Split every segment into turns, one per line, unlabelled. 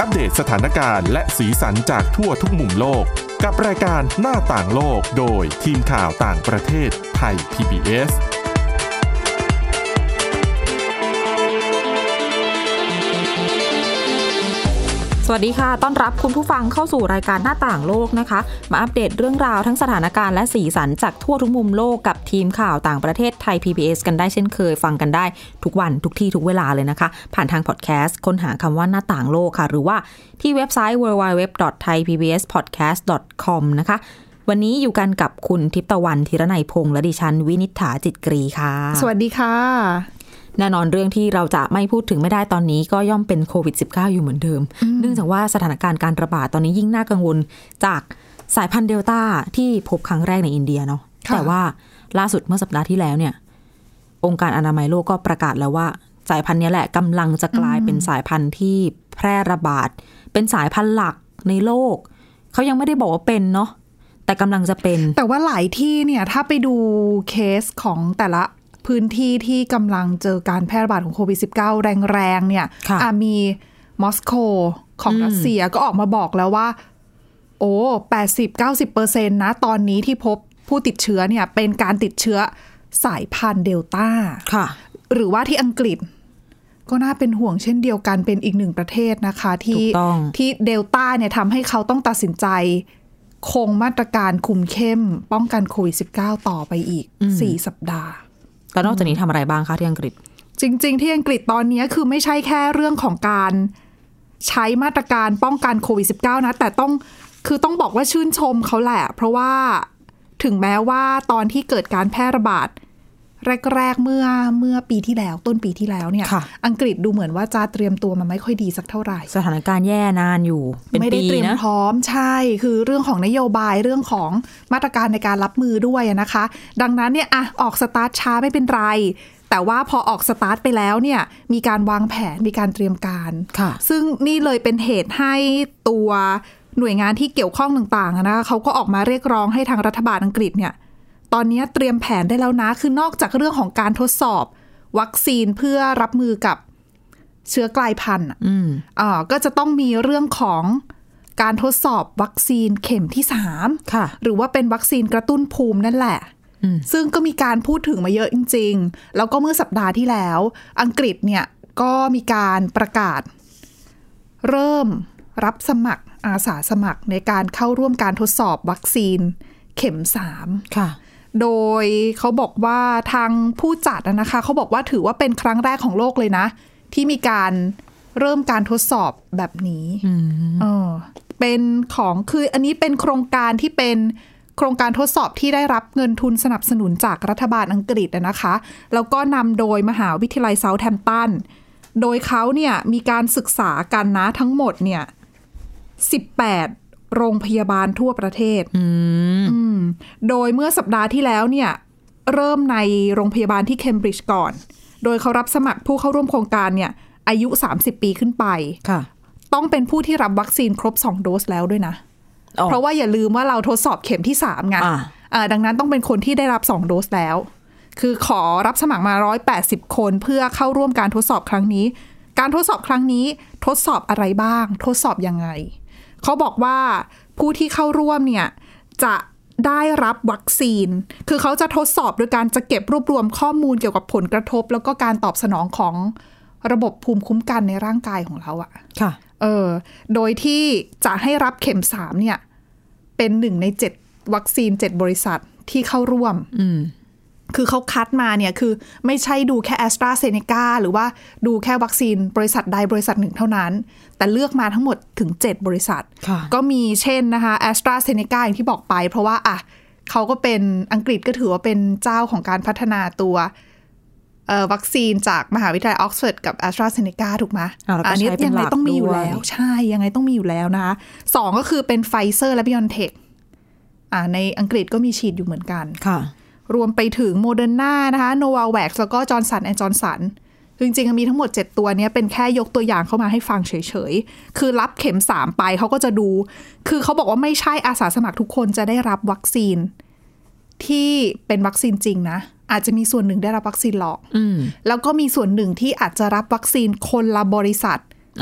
อัปเดตสถานการณ์และสีสันจากทั่วทุกมุมโลกกับรายการหน้าต่างโลกโดยทีมข่าวต่างประเทศไทย PBS
สวัสดีค่ะต้อนรับคุณผู้ฟังเข้าสู่รายการหน้าต่างโลกนะคะมาอัปเดตเรื่องราวทั้งสถานการณ์และสีสันจากทั่วทุกมุมโลกกับทีมข่าวต่างประเทศไทย PBS กันได้เช่นเคยฟังกันได้ทุกวันทุกที่ทุกเวลาเลยนะคะผ่านทางพอดแคสต์ค้นหาคำว่าหน้าต่างโลกค่ะหรือว่าที่เว็บไซต์ www.thaipbspodcast.com นะคะวันนี้อยู่กันกับคุณทิพย์ตะวันธีรนัยพงษ์และดิฉันวินิษฐาจิตกรีค่ะ
สวัสดีค่ะ
แน่นอนเรื่องที่เราจะไม่พูดถึงไม่ได้ตอนนี้ก็ย่อมเป็นโควิด -19 อยู่เหมือนเดิมเนื่องจากว่าสถานการณ์การระบาดตอนนี้ยิ่งน่ากังวลจากสายพันธุ์เดลต้าที่พบครั้งแรกในอินเดียเนาะแต่ว่าล่าสุดเมื่อสัปดาห์ที่แล้วเนี่ยองค์การอนามัยโลกก็ประกาศแล้วว่าสายพันธุ์นี้แหละกำลังจะกลายเป็นสายพันธุ์ที่แพร่ระบาดเป็นสายพันธุ์หลักในโลกเขายังไม่ได้บอกว่าเป็นเนาะแต่กำลังจะเป็น
แต่ว่าหลายที่เนี่ยถ้าไปดูเคสของแต่ละพื้นที่ที่กำลังเจอการแพร่ระบาดของโควิด -19 แรงๆเนี่ยมีมอสโกของรัสเซียก็ออกมาบอกแล้วว่าโอ้ 80-90% นะตอนนี้ที่พบผู้ติดเชื้อเนี่ยเป็นการติดเชื้อสายพันธุ์เดลต้าหรือว่าที่อังกฤษก็น่าเป็นห่วงเช่นเดียวกันเป็นอีกหนึ่งประเทศนะคะที่เดลต้าเนี่ยทำให้เขาต้องตัดสินใจคงมาตรการคุมเข้มป้องกันโควิด -19 ต่อไปอีก4 สัปดาห์
แล้วนอกจากนี้ทำอะไรบ้างคะที่อังกฤษ
จริงๆที่อังกฤษตอนนี้คือไม่ใช่แค่เรื่องของการใช้มาตรการป้องกันโควิด -19 นะแต่ต้องบอกว่าชื่นชมเขาแหละเพราะว่าถึงแม้ว่าตอนที่เกิดการแพร่ระบาดแรกๆเมื่อปีที่แล้วต้นปีที่แล้วเนี่ยอังกฤษดูเหมือนว่าจะเตรียมตัวมันไม่ค่อยดีสักเท่าไหร่
สถานการณ์แย่นานอยู่เป็นปีนะ
ไม่ได้เตรียมพร้อมใช่คือเรื่องของนโยบายเรื่องของมาตรการในการรับมือด้วยนะคะดังนั้นเนี่ยออกสตาร์ทช้าไม่เป็นไรแต่ว่าพอออกสตาร์ทไปแล้วเนี่ยมีการวางแผนมีการเตรียมการซึ่งนี่เลยเป็นเหตุให้ตัวหน่วยงานที่เกี่ยวข้องต่างๆนะคะเขาก็ออกมาเรียกร้องให้ทางรัฐบาลอังกฤษเนี่ยตอนนี้เตรียมแผนได้แล้วนะคือนอกจากเรื่องของการทดสอบวัคซีนเพื่อรับมือกับเชื้อกลายพันธุ์ก็จะต้องมีเรื่องของการทดสอบวัคซีนเข็มที่3หรือว่าเป็นวัคซีนกระตุ้นภูมินั่นแหละซึ่งก็มีการพูดถึงมาเยอะจริงๆแล้วก็เมื่อสัปดาห์ที่แล้วอังกฤษเนี่ยก็มีการประกาศเริ่มรับสมัครอาสาสมัครในการเข้าร่วมการทดสอบวัคซีนเข็ม3ค่ะโดยเขาบอกว่าทางผู้จัดนะคะเขาบอกว่าถือว่าเป็นครั้งแรกของโลกเลยนะที่มีการเริ่มการทดสอบแบบนี้เป็นของคืออันนี้เป็นโครงการที่เป็นโครงการทดสอบที่ได้รับเงินทุนสนับสนุนจากรัฐบาลอังกฤษนะคะแล้วก็นำโดยมหาวิทยาลัยเซาท์แฮมป์ตันโดยเขาเนี่ยมีการศึกษากันนะทั้งหมดเนี่ย18โรงพยาบาลทั่วประเทศโดยเมื่อสัปดาห์ที่แล้วเนี่ยเริ่มในโรงพยาบาลที่เคมบริดจ์ก่อนโดยเขารับสมัครผู้เข้าร่วมโครงการเนี่ยอายุ30ปีขึ้นไปต้องเป็นผู้ที่รับวัคซีนครบ2โดสแล้วด้วยนะเพราะว่าอย่าลืมว่าเราทดสอบเข็มที่3ไงดังนั้นต้องเป็นคนที่ได้รับ2โดสแล้วคือขอรับสมัครมา180คนเพื่อเข้าร่วมการทดสอบครั้งนี้การทดสอบครั้งนี้ทดสอบอะไรบ้างทดสอบยังไงเขาบอกว่าผู้ที่เข้าร่วมเนี่ยจะได้รับวัคซีนคือเขาจะทดสอบโดยการจะเก็บรวบรวมข้อมูลเกี่ยวกับผลกระทบแล้วก็การตอบสนองของระบบภูมิคุ้มกันในร่างกายของเราอะค่ะโดยที่จะให้รับเข็ม3เนี่ยเป็น1ใน7วัคซีน7บริษัทที่เข้าร่วมคือเขาคัดมาเนี่ยคือไม่ใช่ดูแค่ AstraZeneca หรือว่าดูแค่วัคซีนบริษัทใดบริษัทหนึ่งเท่านั้นแต่เลือกมาทั้งหมดถึง7บริษัทก็มีเช่นนะคะ AstraZeneca อย่างที่บอกไปเพราะว่าเขาก็เป็นอังกฤษก็ถือว่าเป็นเจ้าของการพัฒนาตัววัคซีนจากมหาวิทยาลัยออกซฟอร์ดกับ AstraZeneca ถูกไหมอันนี้ยังไงต้องมีอยู่แล้วใช่ยังไงต้องมีอยู่แล้วนะคะ2ก็คือเป็น Pfizer และ BioNTech ในอังกฤษก็มีฉีดอยู่เหมือนกันรวมไปถึงโมเดอร์นานะคะโนวาแว็กซ์แล้วก็จอร์นสันแอนด์จอร์นสันจริงๆมีทั้งหมด7ตัวนี้เป็นแค่ยกตัวอย่างเข้ามาให้ฟังเฉยๆคือรับเข็ม3ไปเขาก็จะดูคือเขาบอกว่าไม่ใช่อาสาสมัครทุกคนจะได้รับวัคซีนที่เป็นวัคซีนจริงนะอาจจะมีส่วนหนึ่งได้รับวัคซีนหลอกแล้วก็มีส่วนหนึ่งที่อาจจะรับวัคซีนคนละบริษัท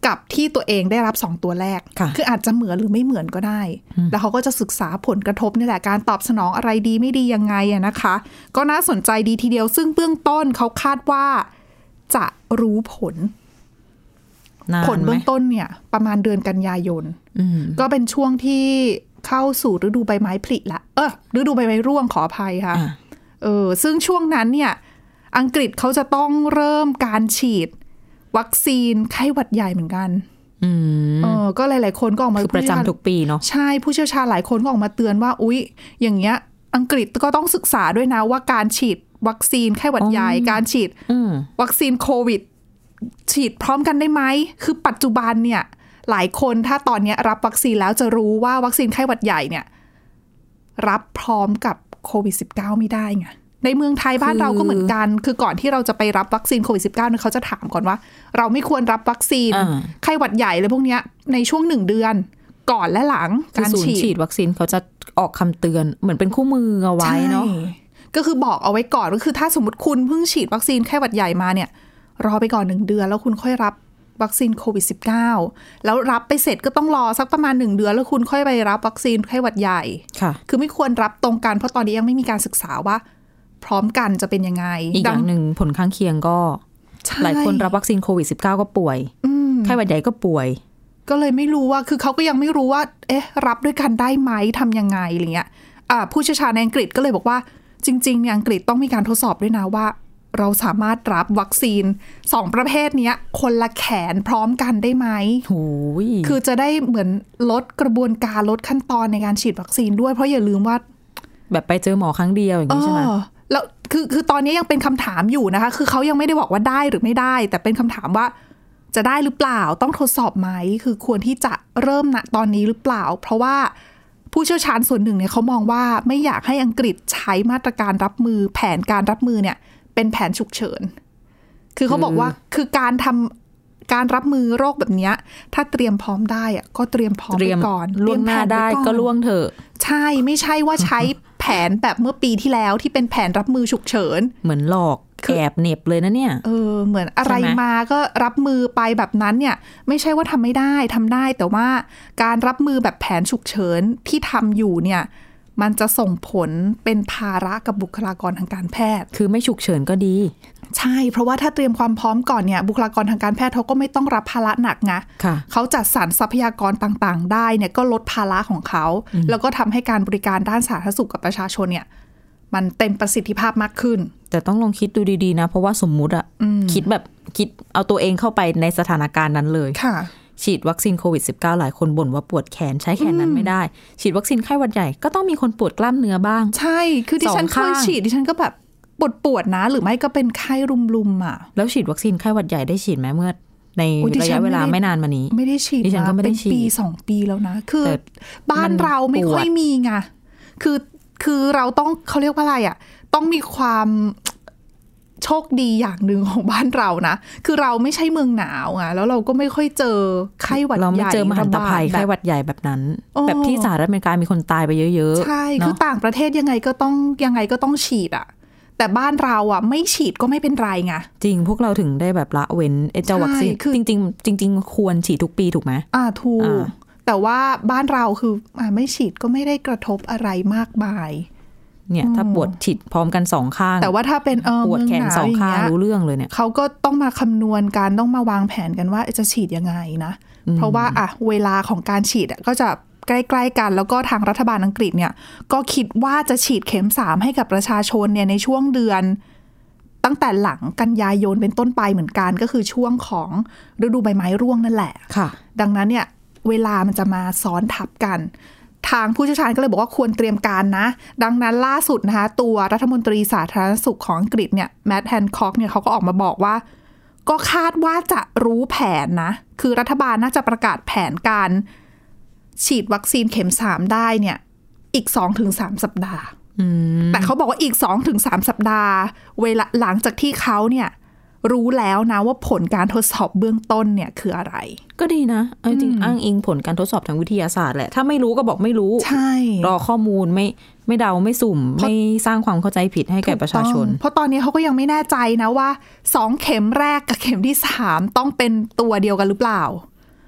กับที่ตัวเองได้รับ2ตัวแรกคืออาจจะเหมือนหรือไม่เหมือนก็ได้แล้วเขาก็จะศึกษาผลกระทบนี่แหละการตอบสนองอะไรดีไม่ดียังไงนะคะก็น่าสนใจดีทีเดียวซึ่งเบื้องต้นเขาคาดว่าจะรู้ผลเบื้องต้นเนี่ยประมาณเดือนกันยายนก็เป็นช่วงที่เข้าสู่ฤดูใบไม้ผลิละฤดูใบไม้ร่วงขออภัยค่ะซึ่งช่วงนั้นเนี่ยอังกฤษเขาจะต้องเริ่มการฉีดวัคซีนไข้หวัดใหญ่เหมือนกันก็หลายๆคนก็ออกมา
ประจำทุกปีเนาะ
ใช่ผู้เชี่ยวชาญหลายคนก็ออกมาเตือนว่าอุ๊ยอย่างเงี้ยอังกฤษก็ต้องศึกษาด้วยนะว่าการฉีดวัคซีนไข้หวัดใหญ่การฉีดวัคซีนโควิดฉีดพร้อมกันได้ไหมคือปัจจุบันเนี่ยหลายคนถ้าตอนนี้รับวัคซีนแล้วจะรู้ว่าวัคซีนไข้หวัดใหญ่เนี่ยรับพร้อมกับโควิด -19 ไม่ได้ไงในเมืองไทยบ้านเราก็เหมือนกันคือก่อนที่เราจะไปรับวัคซีนโควิด -19 เนี่ยเขาจะถามก่อนว่าเราไม่ควรรับวัคซีนไข้หวัดใหญ่เลยพวกนี้ในช่วง1 เดือนก่อนและหลังการฉีด
วัคซีนเขาจะออกคำเตือนเหมือนเป็นคู่มือเอาไว้เนาะ
ก็คือบอกเอาไว้ก่อนก็คือถ้าสมมติคุณเพิ่งฉีดวัคซีนไข้หวัดใหญ่มาเนี่ยรอไปก่อน1 เดือนแล้วคุณค่อยรับวัคซีนโควิด -19 แล้วรับไปเสร็จก็ต้องรอสักประมาณ1 เดือนแล้วคุณค่อยไปรับวัคซีนไข้หวัดใหญ่คือไม่ควรรับตรงกันเพราะตอนนี้ยังไม่มีการศึกษาว่าพร้อมกันจะเป็นยังไง
อีกอย่างหนึ่งผลข้างเคียงก็หลายคนรับวัคซีนโควิด -19 ก็ป่วยไข้หวัดใหญ่ก็ป่วย
ก็เลยไม่รู้ว่าคือเขาก็ยังไม่รู้ว่ารับด้วยกันได้ไหมทำยังไงอะไรเงี้ยผู้เชี่ยวชาญในอังกฤษก็เลยบอกว่าจริงๆเนี่ยอังกฤษต้องมีการทดสอบด้วยนะว่าเราสามารถรับวัคซีน2 ประเภทนี้คนละแขนพร้อมกันได้ไหมคือจะได้เหมือนลดกระบวนการลดขั้นตอนในการฉีดวัคซีนด้วยเพราะอย่าลืมว่า
แบบไปเจอหมอครั้งเดียวอย่างนี้ใช่ไหม
แล้วคือตอนนี้ยังเป็นคำถามอยู่นะคะคือเขายังไม่ได้บอกว่าได้หรือไม่ได้แต่เป็นคำถามว่าจะได้หรือเปล่าต้องทดสอบไหมคือควรที่จะเริ่มณตอนนี้หรือเปล่าเพราะว่าผู้เชี่ยวชาญส่วนหนึ่งเนี่ยเขามองว่าไม่อยากให้อังกฤษใช้มาตรการรับมือแผนการรับมือเนี่ยเป็นแผนฉุกเฉินคือเขาบอกว่าคือการรับมือโรคแบบนี้ถ้าเตรียมพร้อมได้อะก็เตรียมพร้อมไปก่อน
ล่วงหน้าได้ก็ล่วงเถอะ
ใช่ไม่ใช่ว่าใช้แผนแบบเมื่อปีที่แล้วที่เป็นแผนรับมือฉุกเฉิน
เหมือนหลอกแอบเหน็บเลยนะเนี่ย
เหมือนอะไรมาก็รับมือไปแบบนั้นเนี่ยไม่ใช่ว่าทำไม่ได้ทำได้แต่ว่าการรับมือแบบแผนฉุกเฉินที่ทำอยู่เนี่ยมันจะส่งผลเป็นภาระกับบุคลากรทางการแพทย์
คือไม่ฉุกเฉินก็ดี
ใช่เพราะว่าถ้าเตรียมความพร้อมก่อนเนี่ยบุคลากรทางการแพทย์เขาก็ไม่ต้องรับภาระหนักไงเขาจัดสรรทรัพยากรต่างๆได้เนี่ยก็ลดภาระของเขาแล้วก็ทำให้การบริการด้านสาธารณสุขกับประชาชนเนี่ยมันเต็มประสิทธิภาพมากขึ้น
แต่ต้องลองคิดดูดีๆนะเพราะว่าสมมุติคิดเอาตัวเองเข้าไปในสถานการณ์นั้นเลยฉีดวัคซีนโควิด -19 หลายคนบ่นว่าปวดแขนใช้แขนนั้นไม่ได้ฉีดวัคซีนไข้หวัดใหญ่ก็ต้องมีคนปวดกล้ามเนื้อบ้าง
ใช่คือดิฉันเคยฉีดดิฉันก็แบบปวดนะหรือไม่ก็เป็นไข้รุมๆอ่ะ
แล้วฉีดวัคซีนไข้หวัดใหญ่ได้ฉีดไหมเมื่อในระยะเวลาไม่นานมานี้
ไม่ได้ฉีด
ดิฉันก็ไม่ได้ฉีด
ปี2 ปีแล้วนะคือบ้านเราไม่ค่อยมีไงคือเราต้องเขาเรียกว่าอะไรอ่ะต้องมีความโชคดีอย่างหนึ่งของบ้านเรานะคือเราไม่ใช่เมืองหนาวอ่ะแล้วเราก็ไม่ค่อยเจอไข้หวัดใหญ่
เราไม่เจอมหันตภัยไข้หวัดใหญ่แบบนั้นแบบที่สหรัฐอเมริกามีคนตายไปเยอะ
ๆใช่คือต่างประเทศยังไงก็ต้องฉีดอ่ะแต่บ้านเราอ่ะไม่ฉีดก็ไม่เป็นไรไง
จริงพวกเราถึงได้แบบละเว้นเจ้าวัคซีนจริงควรฉีดทุกปีถูกไหม
ถูกแต่ว่าบ้านเราคือไม่ฉีดก็ไม่ได้กระทบอะไรมากมาย
เนี่ยถ้าปวดฉีดพร้อมกัน2 ข้าง
แต่ว่าถ้าเป็น
ปวดแขน2 ข้างรู้เรื่องเลยเนี่ย
เขาก็ต้องมาคำนวณกันต้องมาวางแผนกันว่าจะฉีดยังไงนะเพราะว่าเวลาของการฉีดก็จะใกล้ๆกันแล้วก็ทางรัฐบาลอังกฤษเนี่ยก็คิดว่าจะฉีดเข็ม3ให้กับประชาชนเนี่ยในช่วงเดือนตั้งแต่หลังกันยายนเป็นต้นไปเหมือนกันก็คือช่วงของฤดูใบไม้ร่วงนั่นแหละ
ค่ะ
ดังนั้นเนี่ยเวลามันจะมาซ้อนทับกันทางผู้เชี่ยวชาญก็เลยบอกว่าควรเตรียมการนะดังนั้นล่าสุดนะคะตัวรัฐมนตรีสาธารณสุขของอังกฤษเนี่ยแมตต์แฮนค็อกเนี่ยเขาก็ออกมาบอกว่าก็คาดว่าจะรู้แผนนะคือรัฐบาลน่าจะประกาศแผนการฉีดวัคซีนเข็ม3ได้เนี่ยอีก 2-3 สัปดาห์แต่เขาบอกว่าอีก 2-3 สัปดาห์เวลาหลังจากที่เขาเนี่ยรู้แล้วนะว่าผลการทดสอบเบื้องต้นเนี่ยคืออะไร
ก็ดีนะจริงอ้างอิงผลการทดสอบทางวิทยาศาสตร์แหละถ้าไม่รู้ก็บอกไม่รู้
ใช่
รอข้อมูลไม่เดาไม่สุ่มไม่สร้างความเข้าใจผิดให้แก่ประชาชน
เพราะตอนนี้เขาก็ยังไม่แน่ใจนะว่า2 เข็มแรกกับเข็มที่3ต้องเป็นตัวเดียวกันหรือเปล่า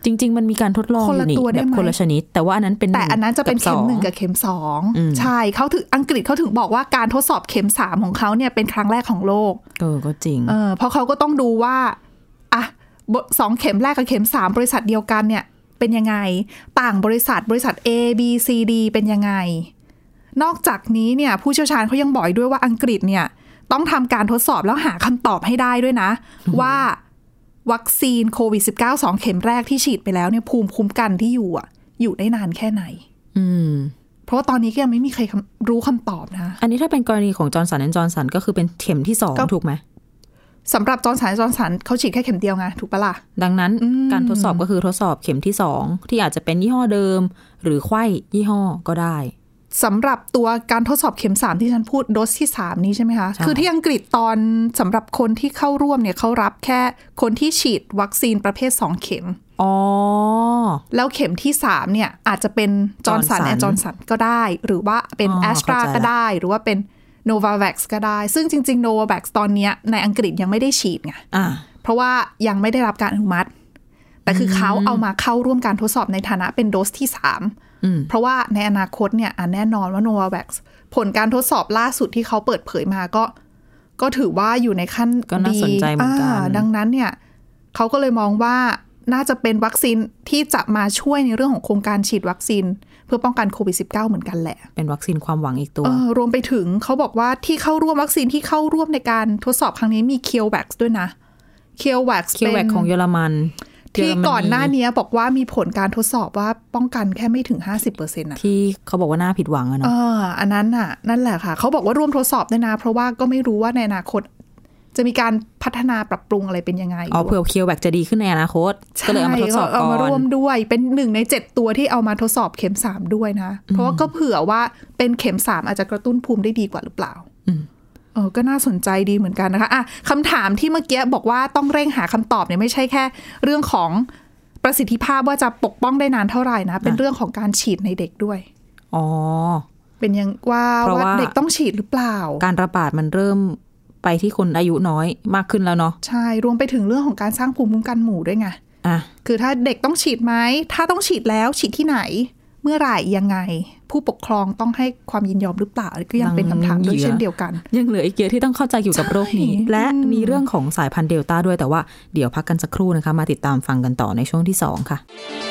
จริงๆมันมีการทดลองอยู่นี่แบบคนละชนิดแต่ว่าอันนั้นเป็น
แต่อันนั้นจะเป็นเข็ม1กับเข็ม2ใช่เขาถึงอังกฤษเขาถึงบอกว่าการทดสอบเข็ม3ของเขาเนี่ยเป็นครั้งแรกของโลก
ก็จริง
เพราะเขาก็ต้องดูว่าอ่ะ2เข็มแรกกับเข็ม3บริษัทเดียวกันเนี่ยเป็นยังไงต่างบริษัท A B C D เป็นยังไงนอกจากนี้เนี่ยผู้เชี่ยวชาญเขายังบอกด้วยว่าอังกฤษเนี่ยต้องทำการทดสอบแล้วหาคำตอบให้ได้ด้วยนะว่าวัคซีนโควิด -19 2 เข็มแรกที่ฉีดไปแล้วเนี่ยภูมิคุ้มกันที่อยู่ได้นานแค่ไหนเพราะว่าตอนนี้ก็ยังไม่มีใครรู้คำตอบนะ
อันนี้ถ้าเป็นกรณีของจอร์นสันและจอร์นสันก็คือเป็นเข็มที่2ถูกไหม
สำหรับจอร์นสันเขาฉีดแค่เข็มเดียวไงถูกปะล่ะ
ดังนั้นการทดสอบก็คือทดสอบเข็มที่2ที่อาจจะเป็นยี่ห้อเดิมหรือไข้ยี่ห้อก็ได้
สำหรับตัวการทดสอบเข็ม3ที่ฉันพูดโดสที่3นี้ใช่ไหมคะคือที่อังกฤษตอนสำหรับคนที่เข้าร่วมเนี่ยเขารับแค่คนที่ฉีดวัคซีนประเภท2เข็มแล้วเข็มที่3เนี่ยอาจจะเป็นจอร์นสันและจอร์นสันก็ได้หรือว่าเป็นแอสตราก็ได้หรือว่าเป็นโนวาแว็กซ์ก็ได้ซึ่งจริงๆโนวาแว็กซ์ตอนนี้ในอังกฤษยังไม่ได้ฉีดไงเพราะว่ายังไม่ได้รับการอนุมัติแต่คือเขาเอามาเข้าร่วมการทดสอบในฐานะเป็นโดสที่3เพราะว่าในอนาคตเนี่ยแน่นอนว่า Novavax ผลการทดสอบล่าสุดที่เขาเปิดเผยมาก็ถือว่าอยู่ในขั้น
ก็น่าสนใจเหมือนกัน
ดังนั้นเนี่ยเขาก็เลยมองว่าน่าจะเป็นวัคซีนที่จะมาช่วยในเรื่องของโครงการฉีดวัคซีนเพื่อป้องกันโควิด -19 เหมือนกันแหละ
เป็นวัคซีนความหวังอีกตัว
รวมไปถึงเขาบอกว่าที่เข้าร่วมวัคซีนที่เข้าร่วมในการทดสอบครั้งนี้มี CureVac ด้วยนะ CureVac
ของเยอรมัน
ที่ก่อนหน้านี้บอกว่ามีผลการทดสอบว่าป้องกันแค่ไม่ถึง 50%
นะที่เขาบอกว่าน่าผิดหวังอะเนาะ
อันนั้นน่ะนั่นแหละค่ะเขาบอกว่าร่วมทดสอบด้วยนะเพราะว่าก็ไม่รู้ว่าในอนาคตจะมีการพัฒนาปรับปรุงอะไรเป็นยังไง
เผื่อCureVacจะดีขึ้นในอนาคตก็เลยเอามาทดสอบก่อน
เอามาร่วมด้วยเป็น1ใน7ตัวที่เอามาทดสอบเข็ม3ด้วยนะเพราะว่าก็เผื่อว่าเป็นเข็ม3อาจจะกระตุ้นภูมิได้ดีกว่าหรือเปล่าก็น่าสนใจดีเหมือนกันนะคะคำถามที่เมื่อกี้บอกว่าต้องเร่งหาคำตอบเนี่ยไม่ใช่แค่เรื่องของประสิทธิภาพว่าจะปกป้องได้นานเท่าไหร่นะเป็นเรื่องของการฉีดในเด็กด้วยเป็นยังว่าเด็กต้องฉีดหรือเปล่า
การระบาดมันเริ่มไปที่คนอายุน้อยมากขึ้นแล้วเนาะ
ใช่รวมไปถึงเรื่องของการสร้างภูมิคุ้มกันหมู่ด้วยไงคือถ้าเด็กต้องฉีดไหมถ้าต้องฉีดแล้วฉีดที่ไหนเมื่อไหร่ยังไงผู้ปกครองต้องให้ความยินยอมหรือเปล่าก็ยังเป็นคำถามด้วยเช่นเดียวกัน
ยังเหลืออีกเยอะที่ต้องเข้าใจเกี่ยวกับโรคนี้และมีเรื่องของสายพันธุ์เดลต้าด้วยแต่ว่าเดี๋ยวพักกันสักครู่นะคะมาติดตามฟังกันต่อในช่วงที่2ค่ะ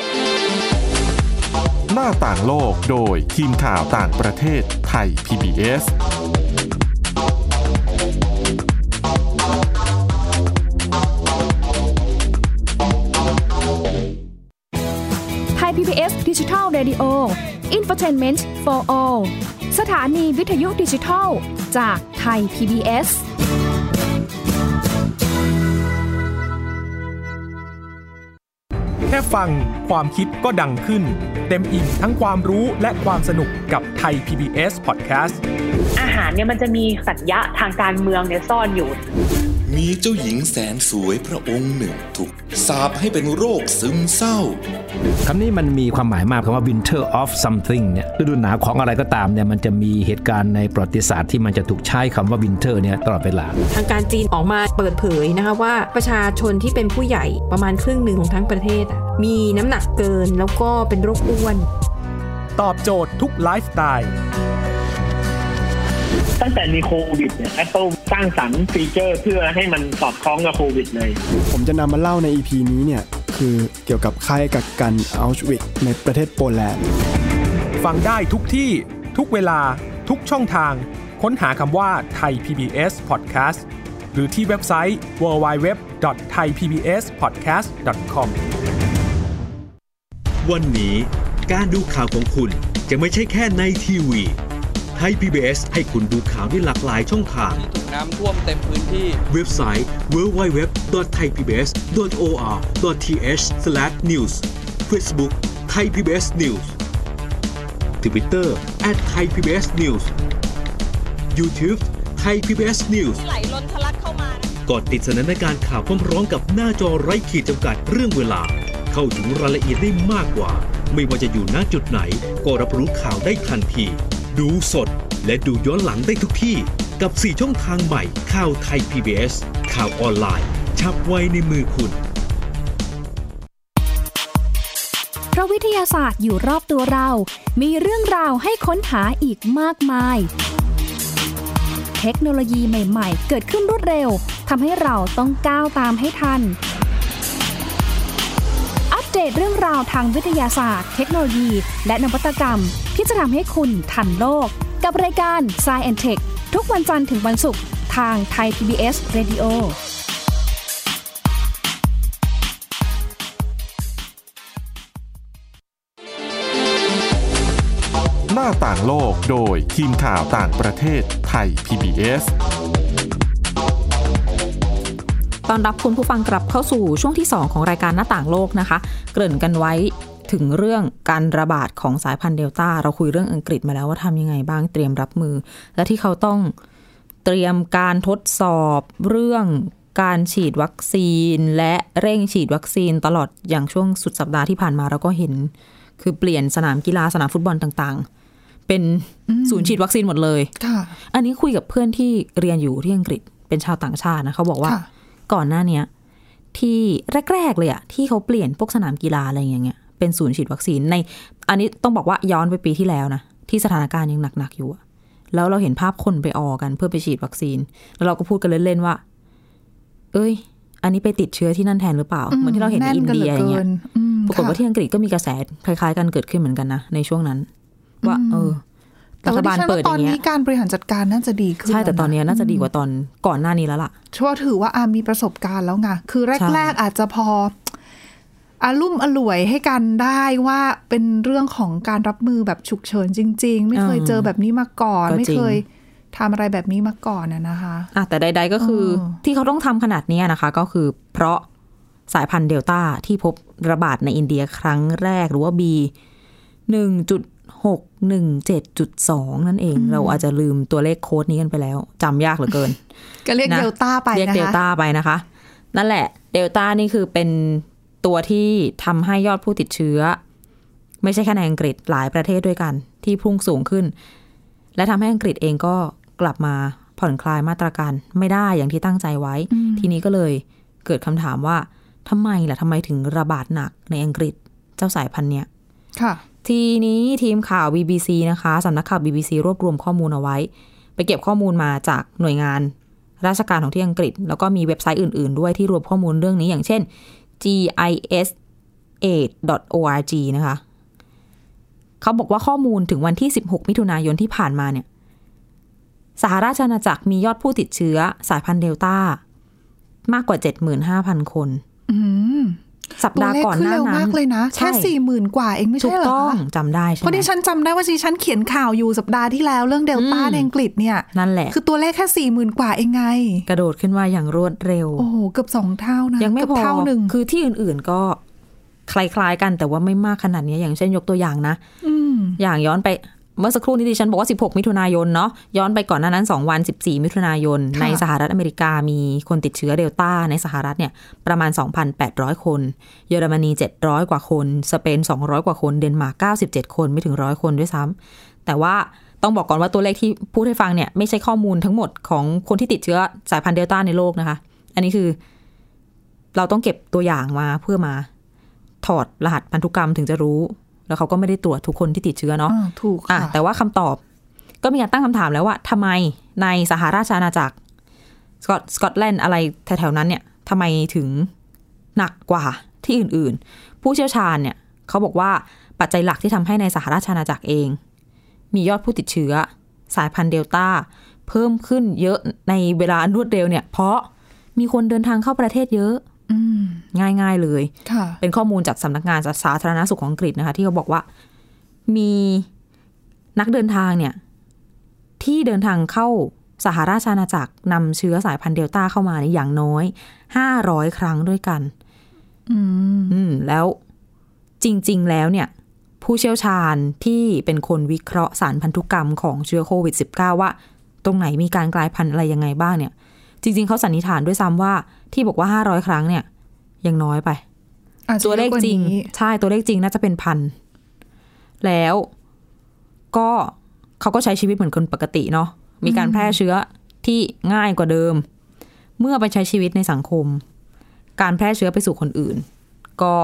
หน้าต่างโลกโดยทีมข่าวต่างประเทศไทย PBS
PBS Digital Radio Infotainment for All สถานีวิทยุดิจิทัลจากไทย PBS
แค่ฟังความคิดก็ดังขึ้นเต็มอิ่มทั้งความรู้และความสนุกกับไทย PBS Podcast
อาหารเนี่ยมันจะมีสัญญะทางการเมืองเนี่ยซ่อนอยู่
มีเจ้าหญิงแสนสวยพระองค์หนึ่งถูกสาปให้เป็นโรคซึมเศร้า
คำนี้มันมีความหมายมากคำว่า Winter of something เนี่ยฤดูหนาวของอะไรก็ตามเนี่ยมันจะมีเหตุการณ์ในประวัติศาสตร์ที่มันจะถูกใช้คำว่า Winter เนี่ยตลอดเวลา
ทางการจีนออกมาเปิดเผยนะคะว่าประชาชนที่เป็นผู้ใหญ่ประมาณครึ่งหนึ่งของทั้งประเทศมีน้ำหนักเกินแล้วก็เป็นโรคอ้วน
ตอบโจทย์ทุกไลฟ์สไตล์
ตั้งแต่มีโควิดเนี่ย Apple สร้างสรรค์ฟีเจอร์เพื่อให้มันสอดคล้องกับโควิดเลย
ผมจะนำมาเล่าใน EP นี้เนี่ยคือเกี่ยวกับค่ายกักกันอัลชวิกในประเทศโปแลนด์
ฟังได้ทุกที่ทุกเวลาทุกช่องทางค้นหาคำว่าไทย PBS Podcast หรือที่เว็บไซต์ www.thaipbspodcast.com
วันนี้การดูข่าวของคุณจะไม่ใช่แค่ในทีวีไทย PBS ให้คุณดูข่าวได้หลากหลายช่องทาง
ถูกน้ำท่วมเต็มพื้นที่
เว็บไซต์ www.thaipbs.or.th/news Facebook Thai PBS News Twitter @thaipbsnews YouTube Thai PBS News
ไหลล้นทะลักเข้ามาก
ดติดสนันในการข่าวพร้อมๆกับหน้าจอไร้ขีดจำกัดเรื่องเวลาเข้าถึงรายละเอียดได้มากกว่าไม่ว่าจะอยู่ณจุดไหนก็รับรู้ข่าวได้ทันทีดูสดและดูย้อนหลังได้ทุกที่กับ4ช่องทางใหม่ข่าวไทย PBS ข่าวออนไลน์ฉับไวในมือคุณ
เพราะวิทยาศาสตร์อยู่รอบตัวเรามีเรื่องราวให้ค้นหาอีกมากมายเทคโนโลยีใหม่ๆเกิดขึ้นรวดเร็วทำให้เราต้องก้าวตามให้ทันอัปเดตเรื่องราวทางวิทยาศาสตร์เทคโนโลยีและนวัตกรรมที่จะทำให้คุณทันโลกกับรายการ Science and Tech ทุกวันจันทร์ถึงวันศุกร์ทางไทย PBS Radio
หน้าต่างโลกโดยทีมข่าวต่างประเทศไทย PBS
ตอนรับคุณผู้ฟังกลับเข้าสู่ช่วงที่2ของรายการหน้าต่างโลกนะคะเกริ่นกันไว้ถึงเรื่องการระบาดของสายพันธุ์เดลต้าเราคุยเรื่องอังกฤษมาแล้วว่าทำยังไงบ้างเตรียมรับมือและที่เขาต้องเตรียมการทดสอบเรื่องการฉีดวัคซีนและเร่งฉีดวัคซีนตลอดอย่างช่วงสุดสัปดาห์ที่ผ่านมาเราก็เห็นคือเปลี่ยนสนามกีฬาสนามฟุตบอลต่างๆเป็นศูนย์ฉีดวัคซีนหมดเลยอันนี้คุยกับเพื่อนที่เรียนอยู่ที่อังกฤษเป็นชาวต่างชาตินะเขาบอกว่าก่อนหน้านี้ที่แรกๆเลยอะที่เขาเปลี่ยนพวกสนามกีฬาอะไรอย่างเงี้ยเป็นศูนย์ฉีดวัคซีนในอันนี้ต้องบอกว่าย้อนไปปีที่แล้วนะที่สถานการณ์ยังหนักๆอยู่แล้วเราเห็นภาพคนไปออกันเพื่อไปฉีดวัคซีนแล้วเราก็พูดกันเล่นๆว่าเอ้ยอันนี้ไปติดเชื้อที่นั่นแทนหรือเปล่าเหมือนที่เราเห็นในอินเดียอย่างเงี้ยปรากฏว่าที่อังกฤษก็มีกระแสคล้ายๆกันเกิดขึ้นเหมือนกันนะในช่วงนั้นว่ารัฐบาลเปิดอย่างเงี้ยตอนนี้
การบริหารจัดการน่าจะดีขึ้น
ใช่แต่ตอนนี้น่าจะดีกว่าตอนก่อนหน้านี้แล้วล่ะ
เพราะถือว่ามีประสบการณ์แล้วไงคือแรกๆอาจจะพอลุ่มอล่วยให้กันได้ว่าเป็นเรื่องของการรับมือแบบฉุกเฉินจริงๆไม่เคยเจอแบบนี้มาก่อนไม่เคยทำอะไรแบบนี้มาก่อนนะคะ
แต่ใดๆก็คือที่เขาต้องทำขนาดนี้นะคะก็คือเพราะสายพันธุ์เดลต้าที่พบระบาดในอินเดียครั้งแรกหรือว่า B1.617.2 นั่นเองเราอาจจะลืมตัวเลขโค้ดนี้กันไปแล้วจำยากเหลือเกิน
ก็เรียกเดลต้าไปนะคะ
เรียกเดลต้าไปนะคะนั่นแหละเดลต้านี่คือเป็นตัวที่ทำให้ยอดผู้ติดเชื้อไม่ใช่แค่ในอังกฤษหลายประเทศด้วยกันที่พุ่งสูงขึ้นและทำให้อังกฤษเองก็กลับมาผ่อนคลายมาตรการไม่ได้อย่างที่ตั้งใจไว้ทีนี้ก็เลยเกิดคำถามว่าทำไมถึงระบาดหนักในอังกฤษเจ้าสายพันธุ์เนี้ยทีนี้ทีมข่าว BBC นะคะสำนักข่าว BBC รวบรวมข้อมูลเอาไว้ไปเก็บข้อมูลมาจากหน่วยงานราชการของที่อังกฤษแล้วก็มีเว็บไซต์อื่นๆด้วยที่รวมข้อมูลเรื่องนี้อย่างเช่น gisaid.org นะคะเขาบอกว่าข้อมูลถึงวันที่16มิถุนายนที่ผ่านมาเนี่ยสหราชอาณาจักรมียอดผู้ติดเชื้อสายพันธุ์เดลต้ามากกว่า 75,000 คนสัปดาห์ก่อนหน้านั้น
มากเลยนะแค่ 40,000 กว่าเองไม่ใช่เหรอคะถูกต้อง
จำได้ใช่ไหม
เพราะที่ฉันจำได้ว่าฉันเขียนข่าวอยู่สัปดาห์ที่แล้วเรื่องเดลต้าในอังกฤษเนี่ย
นั่นแหละ
คือตัวเลขแค่ 40,000 กว่าเองไง
กระโดดขึ้นมาอย่างรวดเร็ว
โอ้โหเกือบ2เท่านะ
ยังไม่พอเท่านึงคือที่อื่นๆก็คล้ายๆกันแต่ว่าไม่มากขนาดนี้อย่างเช่นยกตัวอย่างนะอย่างย้อนไปเมื่อสักครู่นี้ดิฉันบอกว่า16มิถุนายนเนาะย้อนไปก่อนหน้านั้น2วัน14มิถุนายนในสหรัฐอเมริกามีคนติดเชื้อเดลต้าในสหรัฐเนี่ยประมาณ 2,800 คนเยอรมนี700กว่าคนสเปน200กว่าคนเดนมาร์ก97คนไม่ถึง100คนด้วยซ้ำแต่ว่าต้องบอกก่อนว่าตัวเลขที่พูดให้ฟังเนี่ยไม่ใช่ข้อมูลทั้งหมดของคนที่ติดเชื้อสายพันธุ์เดลต้าในโลกนะคะอันนี้คือเราต้องเก็บตัวอย่างมาเพื่อมาถอดรหัสพันธุกรรมถึงจะรู้แล้วเขาก็ไม่ได้ตรวจทุกคนที่ติดเชื้อเนาะ
ถูกค่ะ
แต่ว่าคำตอบก็มีการตั้งคำถามแล้วว่าทำไมในสหราชอาณาจักรสกอตแลนด์อะไรแถวๆนั้นเนี่ยทำไมถึงหนักกว่าที่อื่นๆผู้เชี่ยวชาญเนี่ยเขาบอกว่าปัจจัยหลักที่ทำให้ในสหราชอาณาจักรเองมียอดผู้ติดเชื้อสายพันธุ์เดลต้าเพิ่มขึ้นเยอะในเวลารวดเร็วเนี่ยเพราะมีคนเดินทางเข้าประเทศเยอะง่ายๆเลยเป็นข้อมูลจากสำนักงานสาธารณสุขของอังกฤษนะคะที่เขาบอกว่ามีนักเดินทางเนี่ยที่เดินทางเข้าสหราชอาณาจักรนำเชื้อสายพันธุ์เดลต้าเข้ามาในอย่างน้อย500ครั้งด้วยกันแล้วจริงๆแล้วเนี่ยผู้เชี่ยวชาญที่เป็นคนวิเคราะห์สารพันธุกรรมของเชื้อโควิด -19 ว่าตรงไหนมีการกลายพันธุ์อะไรยังไงบ้างเนี่ยจริงๆเขาสันนิษฐานด้วยซ้ำว่าที่บอกว่า500ครั้งเนี่ยยังน้อยไปตัวเลขจริงใช่ตัวเลขจริงน่าจะเป็นพันแล้วก็เขาก็ใช้ชีวิตเหมือนคนปกติเนาะมีการแพร่เชื้อที่ง่ายกว่าเดิมเมื่อไปใช้ชีวิตในสังคมการแพร่เชื้อไปสู่คนอื่นก็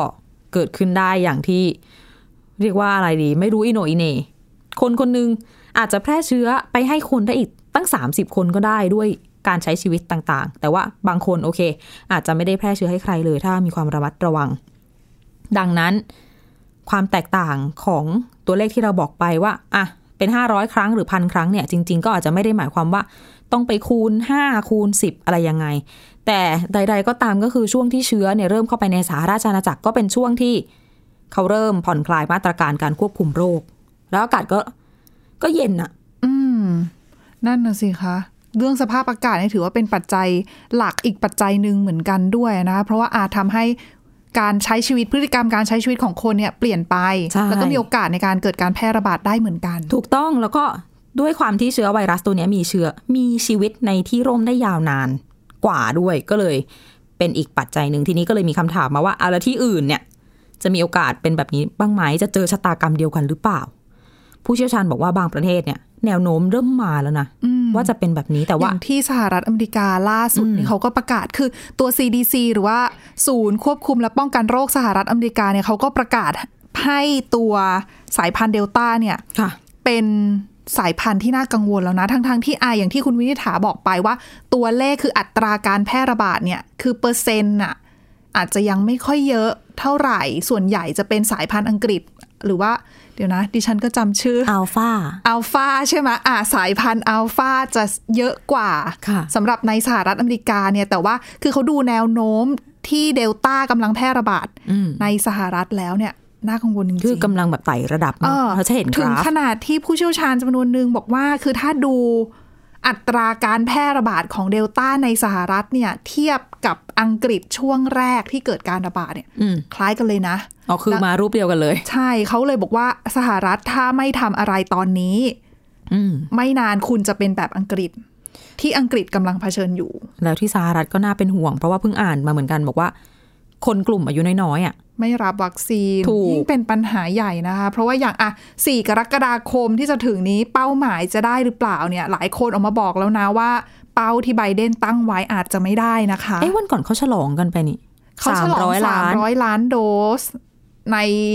เกิดขึ้นได้อย่างที่เรียกว่าอะไรดีไม่รู้อิโหนอิเหน่คนคนนึงอาจจะแพร่เชื้อไปให้คนได้อีกตั้ง30คนก็ได้ด้วยการใช้ชีวิตต่างๆแต่ว่าบางคนโอเคอาจจะไม่ได้แพร่เชื้อให้ใครเลยถ้ามีความระมัดระวังดังนั้นความแตกต่างของตัวเลขที่เราบอกไปว่าอ่ะเป็น500ครั้งหรือ 1,000 ครั้งเนี่ยจริงๆก็อาจจะไม่ได้หมายความว่าต้องไปคูณ5คูณ10อะไรยังไงแต่ใดๆก็ตามก็คือช่วงที่เชื้อเนี่ยเริ่มเข้าไปในสหราชอาณาจักรก็เป็นช่วงที่เขาเริ่มผ่อนคลายมาตรการการควบคุมโรคแล้วอากาศก็เย็นอ่ะ
นั่นน่ะสิคะเรื่องสภาพอากาศนี่ถือว่าเป็นปัจจัยหลักอีกปัจจัยหนึ่งเหมือนกันด้วยนะคะเพราะว่าอาจทำให้การใช้ชีวิตพฤติกรรมการใช้ชีวิตของคนเนี่ยเปลี่ยนไปแล้วก็มีโอกาสในการเกิดการแพร่ระบาดได้เหมือนกัน
ถูกต้องแล้วก็ด้วยความที่เชื้อไวรัสตัวนี้มีชีวิตในที่ร่มได้ยาวนานกว่าด้วยก็เลยเป็นอีกปัจจัยหนึ่งทีนี้ก็เลยมีคำถามมาว่าเอาแล้วที่อื่นเนี่ยจะมีโอกาสเป็นแบบนี้บ้างไหมจะเจอชะตากรรมเดียวกันหรือเปล่าผู้เชี่ยวชาญบอกว่าบางประเทศเนี่ยแนวโน้มเริ่มมาแล้วนะว่าจะเป็นแบบนี้แต่ว่า
อย่างที่สหรัฐอเมริกาล่าสุดนี่เขาก็ประกาศคือตัว CDC หรือว่าศูนย์ควบคุมและป้องกันโรคสหรัฐอเมริกาเนี่ยเขาก็ประกาศให้ตัวสายพันธุ์เดลต้าเนี่ยเป็นสายพันธุ์ที่น่ากังวลแล้วนะทั้งที่อย่างที่คุณวินิฐาบอกไปว่าตัวเลขคืออัตราการแพร่ระบาดเนี่ยคือเปอร์เซ็นต์น่ะอาจจะยังไม่ค่อยเยอะเท่าไหร่ส่วนใหญ่จะเป็นสายพันธุ์อังกฤษหรือว่าเดี๋ยวนะดิฉันก็จำชื่อ
อัลฟา
ใช่ไหมสายพันธุ์อัลฟาจะเยอะกว่าสำหรับในสหรัฐอเมริกาเนี่ยแต่ว่าคือเขาดูแนวโน้มที่เดลต้ากำลังแพร่ระบาดในสหรัฐแล้วเนี่ยน่ากังวลจริงๆ
คือกำลังแบบไต่ระดับเขาจะเห็นกราฟ
ถึงขนาดที่ผู้เชี่ยวชาญจำนวนนึงบอกว่าคือถ้าดูอัตราการแพร่ระบาดของเดลต้าในสหรัฐเนี่ยเทียบกับอังกฤษช่วงแรกที่เกิดการระบาดเนี่ยคล้ายกันเลยนะ
คือมารูปเดียวกันเลย
ใช่เขาเลยบอกว่าสหรัฐถ้าไม่ทำอะไรตอนนี้ไม่นานคุณจะเป็นแบบอังกฤษที่อังกฤษกำลังเผชิญอยู่
แล้วที่สหรัฐก็น่าเป็นห่วงเพราะว่าเพิ่งอ่านมาเหมือนกันบอกว่าคนกลุ่มอายุน้อยๆ
ไม่รับวัคซีนยิ่งเป็นปัญหาใหญ่นะคะเพราะว่าอย่าง4กรกฎาคมที่จะถึงนี้เป้าหมายจะได้หรือเปล่าเนี่ยหลายคนออกมาบอกแล้วนะว่าเป้าที่ไบเดนตั้งไว้อาจจะไม่ได้นะคะ
วันก่อนเขาฉลองกันไปนี่
เขาฉลอง300 ล้านโดสใน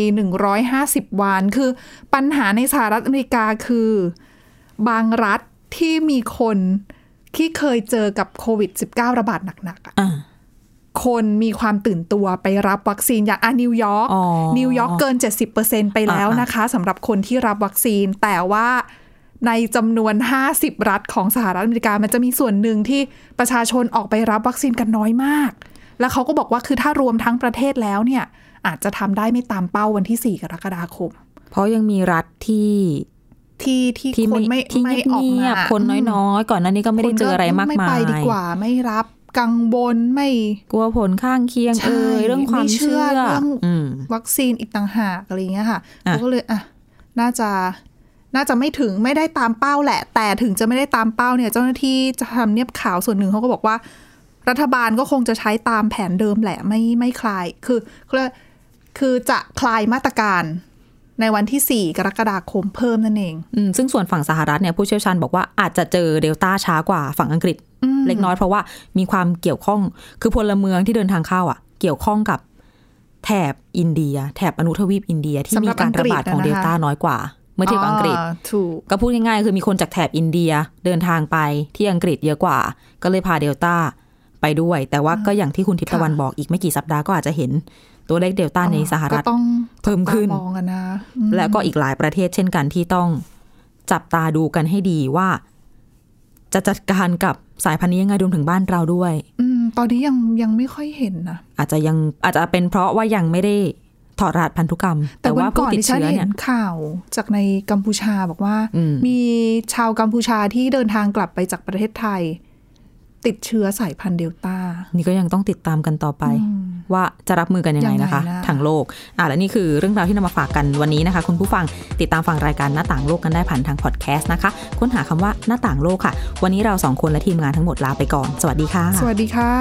150วันคือปัญหาในสหรัฐอเมริกาคือบางรัฐที่มีคนที่เคยเจอกับโควิด-19 ระบาดหนักๆคนมีความตื่นตัวไปรับวัคซีนอย่างนิวยอร์กเกิน 70% ไปแล้วนะคะสำหรับคนที่รับวัคซีนแต่ว่าในจำนวน50รัฐของสหรัฐอเมริกามันจะมีส่วนหนึ่งที่ประชาชนออกไปรับวัคซีนกันน้อยมากแล้วเขาก็บอกว่าคือถ้ารวมทั้งประเทศแล้วเนี่ยอาจจะทำได้ไม่ตามเป้าวันที่4กรกฎาคม
เพราะยังมีรัฐที่
คนไม่ออกมา
คนน้อยๆก่อนหน้านี้ก็ไม่ได้เจออะไรมากมาย
ไม่ไปดีกว่าไม่รับกังวลไม่
กลัวผลข้างเคียงเรื่องความเชื่อ
เรื่องวัคซีนอีกต่างหากอะไรอย่างเงี้ยค่ะก็เลยน่าจะไม่ถึงไม่ได้ตามเป้าแหละแต่ถึงจะไม่ได้ตามเป้าเนี่ยเจ้าหน้าที่จะทำเนียบข่าวส่วนหนึ่งเขาก็บอกว่ารัฐบาลก็คงจะใช้ตามแผนเดิมแหละไม่คลายคือจะคลายมาตรการในวันที่4กรกฎาคมเพิ่มนั่นเอง
ซึ่งส่วนฝั่งสหรัฐเนี่ยผู้เชี่ยวชาญบอกว่าอาจจะเจอเดลต้าช้ากว่าฝั่งอังกฤษเล็กน้อยเพราะว่ามีความเกี่ยวข้องคือพลเมืองที่เดินทางเข้าเกี่ยวข้องกับแถบอินเดียแถบอนุทวีปอินเดียที่มีการระบาดของเดลต้าน้อยกว่าเมื่อเทียบกับอังกฤษก็พูดง่ายๆคือมีคนจากแถบอินเดียเดินทางไปที่อังกฤษเยอะกว่าก็เลยพาเดลต้าไปด้วยแต่ว่าก็อย่างที่คุณทิพย์ตะวันบอกอีกไม่กี่สัปดาห์ก็อาจจะเห็นตัวเลขเดลต้าในสหรัฐเพิ่มขึ้นและก็อีกหลายประเทศเช่นกันที่ต้องจับตาดูกันให้ดีว่าจะจัดการกับสายพันธุ์นี้ยังไงรวมถึงบ้านเราด้วย
ตอนนี้ยังไม่ค่อยเห็นนะ
อาจจะเป็นเพราะว่ายังไม่ได้ถอดรหัสพันธุกรรม
แต่ว่าผู้ติดเชื้อเนี่ยข่าวจากในกัมพูชาบอกว่ามีชาวกัมพูชาที่เดินทางกลับไปจากประเทศไทยติดเชื้อสายพันธุ์เดลต้า
นี่ก็ยังต้องติดตามกันต่อไปว่าจะรับมือกันยังไงนะคะทางโลกและนี่คือเรื่องราวที่นำมาฝากกันวันนี้นะคะคุณผู้ฟังติดตามฟังรายการหน้าต่างโลกกันได้ผ่านทางพอดแคสต์นะคะค้นหาคำว่าหน้าต่างโลกค่ะวันนี้เรา2คนและทีมงานทั้งหมดลาไปก่อนสวัสดีค่ะ
สวัสดีค่ะ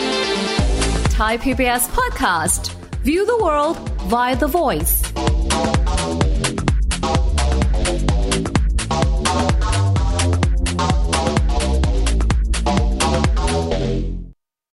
Thai PBS Podcast View the world via the voice